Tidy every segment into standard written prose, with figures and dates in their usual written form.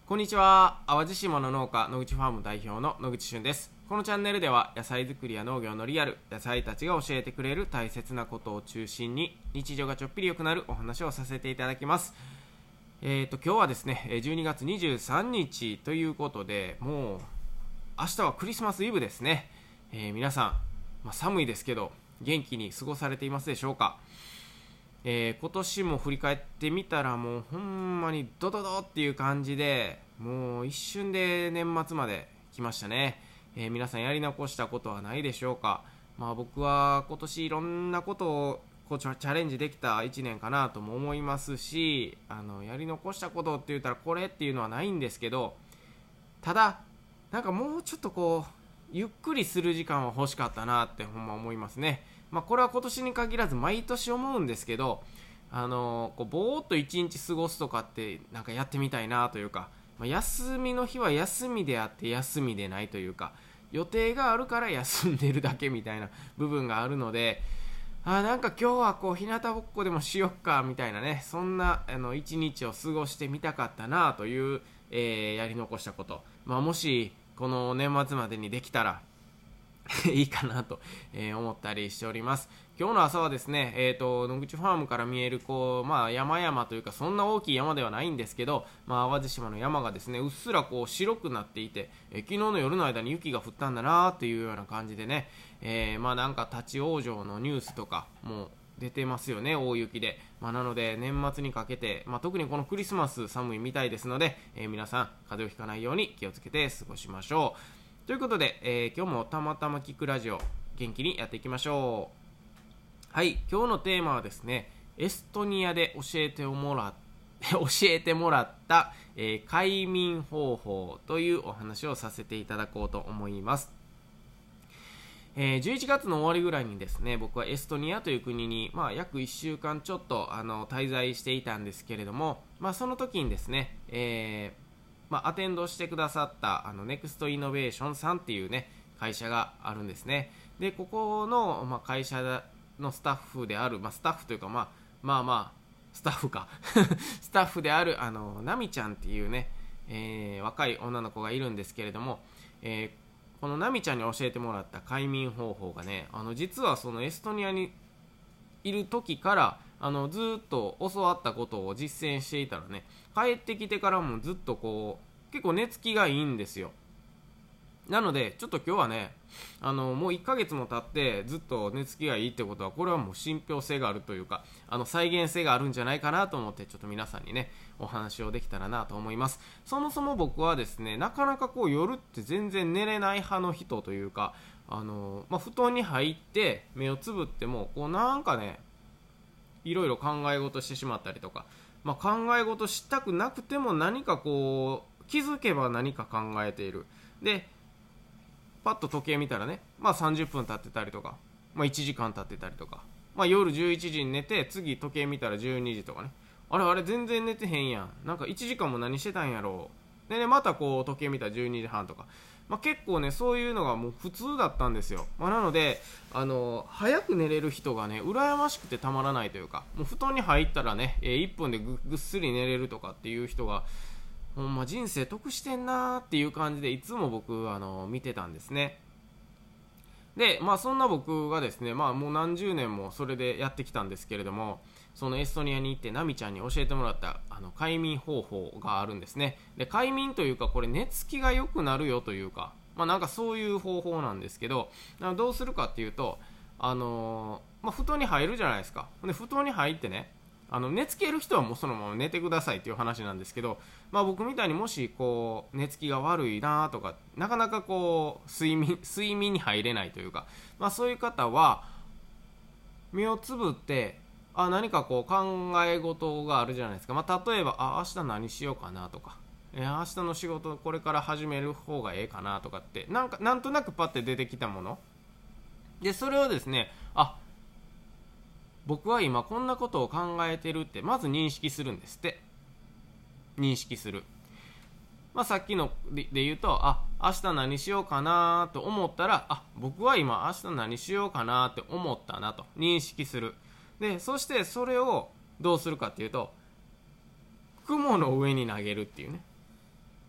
こんにちは。淡路島の農家野口ファーム代表の野口俊です。このチャンネルでは野菜作りや農業のリアル、野菜たちが教えてくれる大切なことを中心に日常がちょっぴり良くなるお話をさせていただきます。今日はですね12月23日ということで、もう明日はクリスマスイブですね。皆さん、寒いですけど元気に過ごされていますでしょうか。今年も振り返ってみたら、もうほんまにドドドっていう感じで、もう一瞬で年末まで来ましたね。皆さんやり残したことはないでしょうか。僕は今年いろんなことをチャレンジできた1年かなとも思いますし、やり残したことって言ったらこれっていうのはないんですけど、ただなんかもうちょっとゆっくりする時間は欲しかったなってほんま思いますね。これは今年に限らず毎年思うんですけど、ぼーっと一日過ごすとかってなんかやってみたいなというか、休みの日は休みであって休みでないというか、予定があるから休んでるだけみたいな部分があるので、なんか今日は日向ぼっこでもしよっかみたいなね、そんな一日を過ごしてみたかったなという、やり残したこと、もしこの年末までにできたらいいかなと思ったりしております。今日の朝はですね、野口ファームから見える山々というか、そんな大きい山ではないんですけど、淡路島の山がですねうっすら白くなっていて、昨日の夜の間に雪が降ったんだなっていうような感じでね、なんか立ち往生のニュースとかも出てますよね、大雪で。なので年末にかけて、特にこのクリスマス寒いみたいですので、皆さん風邪をひかないように気をつけて過ごしましょうということで、今日もたまたま聞くラジオ元気にやっていきましょう。はい、今日のテーマはですね、エストニアで教えてもらった、快眠方法というお話をさせていただこうと思います。11月の終わりぐらいにですね、僕はエストニアという国に、約1週間ちょっと滞在していたんですけれども、その時にですね、アテンドしてくださったネクストイノベーションさんっていうね会社があるんですね。でここの、会社のスタッフである、スタッフというかスタッフかスタッフであるナミちゃんっていうね、若い女の子がいるんですけれども、このナミちゃんに教えてもらった快眠方法がね、実はそのエストニアにいる時からずっと教わったことを実践していたらね、帰ってきてからもずっと結構寝つきがいいんですよ。なのでちょっと今日はね、もう1ヶ月も経ってずっと寝つきがいいってことは、これはもう信憑性があるというか、再現性があるんじゃないかなと思って、ちょっと皆さんにねお話をできたらなと思います。そもそも僕はですね、なかなか夜って全然寝れない派の人というか、布団に入って目をつぶってもなんかね、いろいろ考え事してしまったりとか、考え事したくなくても何か気づけば何か考えている。でパッと時計見たらね、30分経ってたりとか、1時間経ってたりとか、夜11時に寝て次時計見たら12時とかね、あれ全然寝てへんやん、なんか1時間も何してたんやろうでね、また時計見たら12時半とか、結構ねそういうのがもう普通だったんですよ。なので早く寝れる人がね羨ましくてたまらないというか、もう布団に入ったらね、1分でぐっすり寝れるとかっていう人がほんま人生得してんなーっていう感じで、いつも僕見てたんですね。でそんな僕がですね、もう何十年もそれでやってきたんですけれども、そのエストニアに行ってナミちゃんに教えてもらった快眠方法があるんですね。で快眠というか、これ寝つきが良くなるよというか、なんかそういう方法なんですけど、どうするかっていうと、布団に入るじゃないですか。で布団に入ってね、寝つける人はもうそのまま寝てくださいっていう話なんですけど、僕みたいにもし寝つきが悪いなとか、なかなか睡眠に入れないというか、そういう方は目をつぶって何か考え事があるじゃないですか。例えば明日何しようかなとか、明日の仕事これから始める方がええかなとかって、なんとなくパッて出てきたもので、それをですね、僕は今こんなことを考えてるってまず認識するんですって。認識する。さっきので言うと、明日何しようかなと思ったら、僕は今明日何しようかなって思ったなと認識する。でそしてそれをどうするかっていうと、雲の上に投げるっていうね。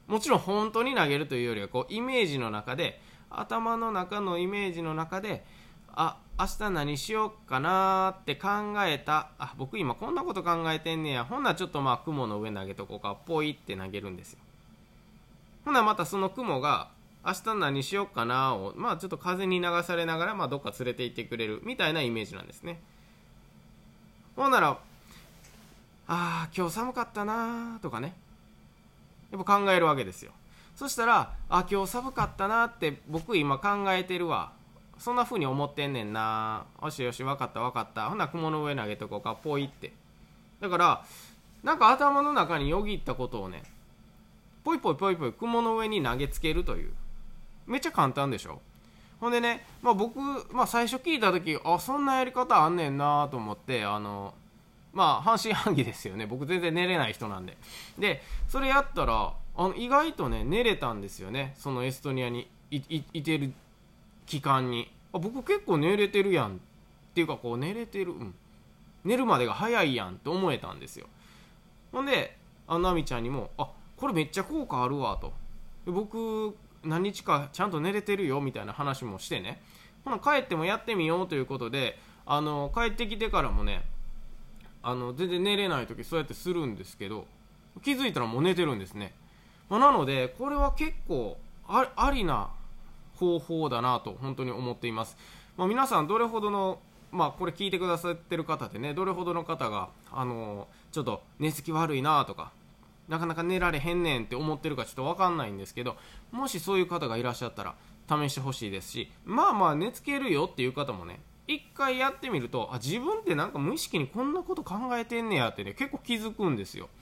もちろん本当に投げるというよりはこうイメージの中で、頭の中のイメージの中で、明日何しようかなって考えた、僕今こんなこと考えてんねや、ほんならちょっと雲の上投げとこうか、ポイって投げるんですよ。ほなまたその雲が明日何しようかなを、ちょっと風に流されながら、どっか連れて行ってくれるみたいなイメージなんですね。ほんなら今日寒かったなとかね、やっぱ考えるわけですよ。そしたら今日寒かったなって僕今考えてるわ、そんな風に思ってんねんな、よしよし、分かった分かった、ほな雲の上投げとこうか、ポイって。だからなんか頭の中によぎったことをね、ポイポイポイポイ雲の上に投げつけるという、めっちゃ簡単でしょ。ほんでね、僕、最初聞いた時、そんなやり方あんねんなと思って、半信半疑ですよね。僕全然寝れない人なんで。でそれやったら意外とね寝れたんですよね。そのエストニアに いてる期間に僕結構寝れてるやんっていうか、こう寝れてる、寝るまでが早いやんって思えたんですよ。ほんでナミちゃんにもこれめっちゃ効果あるわと、で僕何日かちゃんと寝れてるよみたいな話もしてね、ほな帰ってもやってみようということで、帰ってきてからもね、全然寝れない時そうやってするんですけど、気づいたらもう寝てるんですね。なのでこれは結構ありな方法だなと本当に思っています。皆さんどれほどの、これ聞いてくださってる方でね、どれほどの方がちょっと寝つき悪いなとか、なかなか寝られへんねんって思ってるかちょっと分かんないんですけど、もしそういう方がいらっしゃったら試してほしいですし、寝つけるよっていう方もね、一回やってみると、自分ってなんか無意識にこんなこと考えてんねやってね、結構気づくんですよ。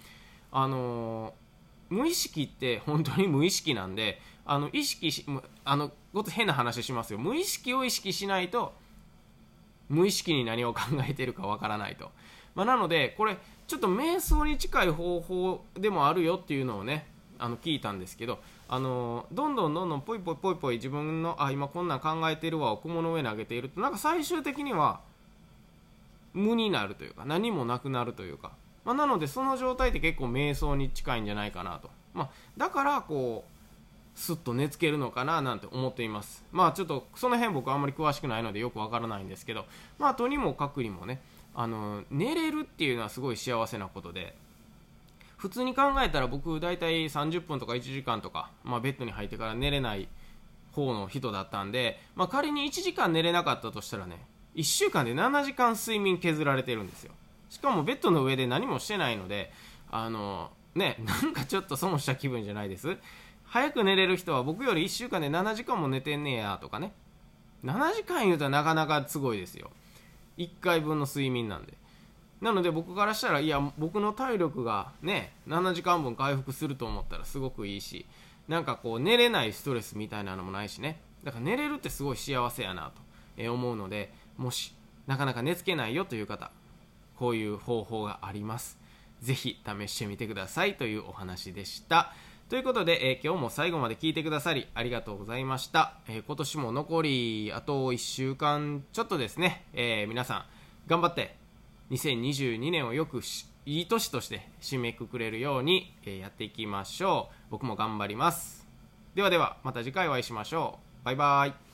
無意識って本当に無意識なんで、意識しごつ変な話しますよ。無意識を意識しないと無意識に何を考えてるかわからないと。なのでこれちょっと瞑想に近い方法でもあるよっていうのをね聞いたんですけど、どんどんポイポイポイポイ自分の今こんなん考えてるわを雲の上に上げていると、なんか最終的には無になるというか何もなくなるというか、なのでその状態って結構瞑想に近いんじゃないかなと、だからこうスッと寝つけるのかななんて思っています。ちょっとその辺僕あんまり詳しくないのでよくわからないんですけど、とにもかくにもね、寝れるっていうのはすごい幸せなことで、普通に考えたら僕大体30分とか1時間とか、ベッドに入ってから寝れない方の人だったんで、仮に1時間寝れなかったとしたらね、1週間で7時間睡眠削られてるんですよ。しかもベッドの上で何もしてないので、なんかちょっと損した気分じゃないです。早く寝れる人は僕より1週間で7時間も寝てんねやとかね、7時間言うとなかなかすごいですよ。1回分の睡眠なんで。なので僕からしたら、僕の体力がね7時間分回復すると思ったらすごくいいし、なんかこう寝れないストレスみたいなのもないしね、だから寝れるってすごい幸せやなと思うので、もしなかなか寝つけないよという方、こういう方法があります。ぜひ試してみてくださいというお話でした。ということで、今日も最後まで聞いてくださりありがとうございました。今年も残りあと1週間ちょっとですね、皆さん頑張って2022年をよくいい年として締めくくれるように、やっていきましょう。僕も頑張ります。ではではまた次回お会いしましょう。バイバイ。